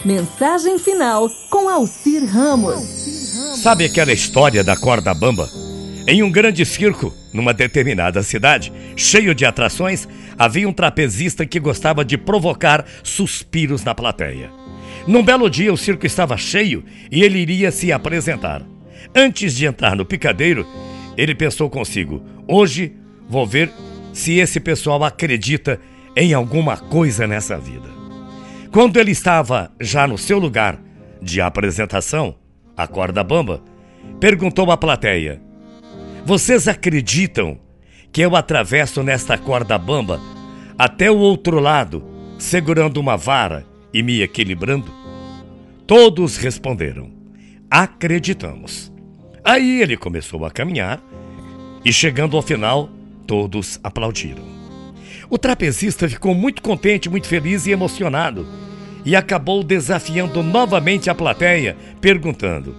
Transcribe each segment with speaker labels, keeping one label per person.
Speaker 1: Mensagem final com Alcir Ramos.
Speaker 2: Sabe aquela história da corda bamba? Em um grande circo, numa determinada cidade, cheio de atrações, havia um trapezista que gostava de provocar suspiros na plateia. Num belo dia, o circo estava cheio e ele iria se apresentar. Antes de entrar no picadeiro, ele pensou consigo: hoje vou ver se esse pessoal acredita em alguma coisa nessa vida. Quando ele estava já no seu lugar de apresentação, a corda bamba, perguntou à plateia: vocês acreditam que eu atravesso nesta corda bamba até o outro lado, segurando uma vara e me equilibrando? Todos responderam: acreditamos. Aí ele começou a caminhar e, chegando ao final, todos aplaudiram. O trapezista ficou muito contente, muito feliz e emocionado e acabou desafiando novamente a plateia, perguntando: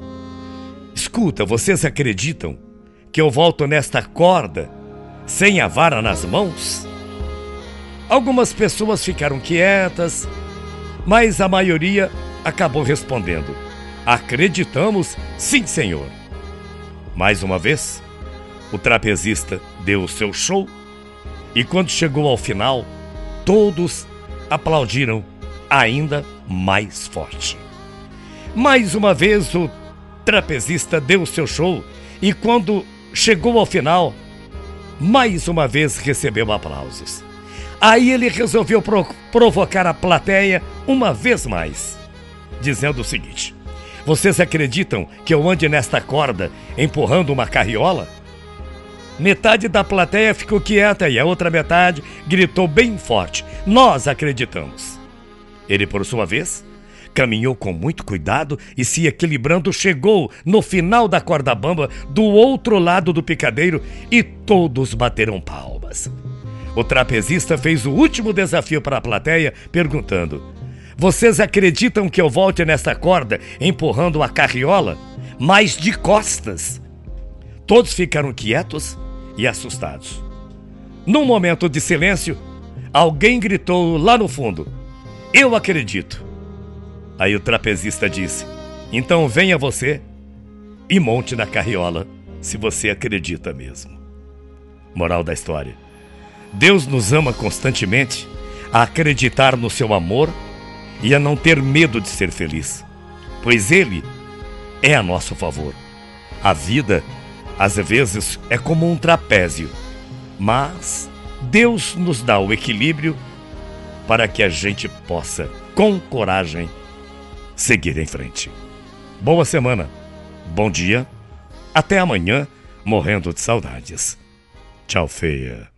Speaker 2: escuta, vocês acreditam que eu volto nesta corda sem a vara nas mãos? Algumas pessoas ficaram quietas, mas a maioria acabou respondendo: acreditamos, sim, senhor. Mais uma vez, o trapezista deu o seu show e, quando chegou ao final, todos aplaudiram ainda mais forte. Mais uma vez, o trapezista deu o seu show e, quando chegou ao final, mais uma vez recebeu aplausos. Aí ele resolveu provocar a plateia uma vez mais, dizendo o seguinte: vocês acreditam que eu ande nesta corda empurrando uma carriola? Metade da plateia ficou quieta e a outra metade gritou bem forte: nós acreditamos. Ele, por sua vez, caminhou com muito cuidado e, se equilibrando, chegou no final da corda bamba do outro lado do picadeiro e todos bateram palmas. O trapezista fez o último desafio para a plateia, perguntando: vocês acreditam que eu volte nesta corda empurrando a carriola, mas de costas? Todos ficaram quietos e assustados. Num momento de silêncio, alguém gritou lá no fundo: eu acredito. Aí o trapezista disse: então venha você e monte na carriola, se você acredita mesmo. Moral da história: Deus nos ama constantemente a acreditar no seu amor e a não ter medo de ser feliz, pois Ele é a nosso favor. A vida, às vezes, é como um trapézio, mas Deus nos dá o equilíbrio para que a gente possa, com coragem, seguir em frente. Boa semana, bom dia, até amanhã, morrendo de saudades. Tchau, feia.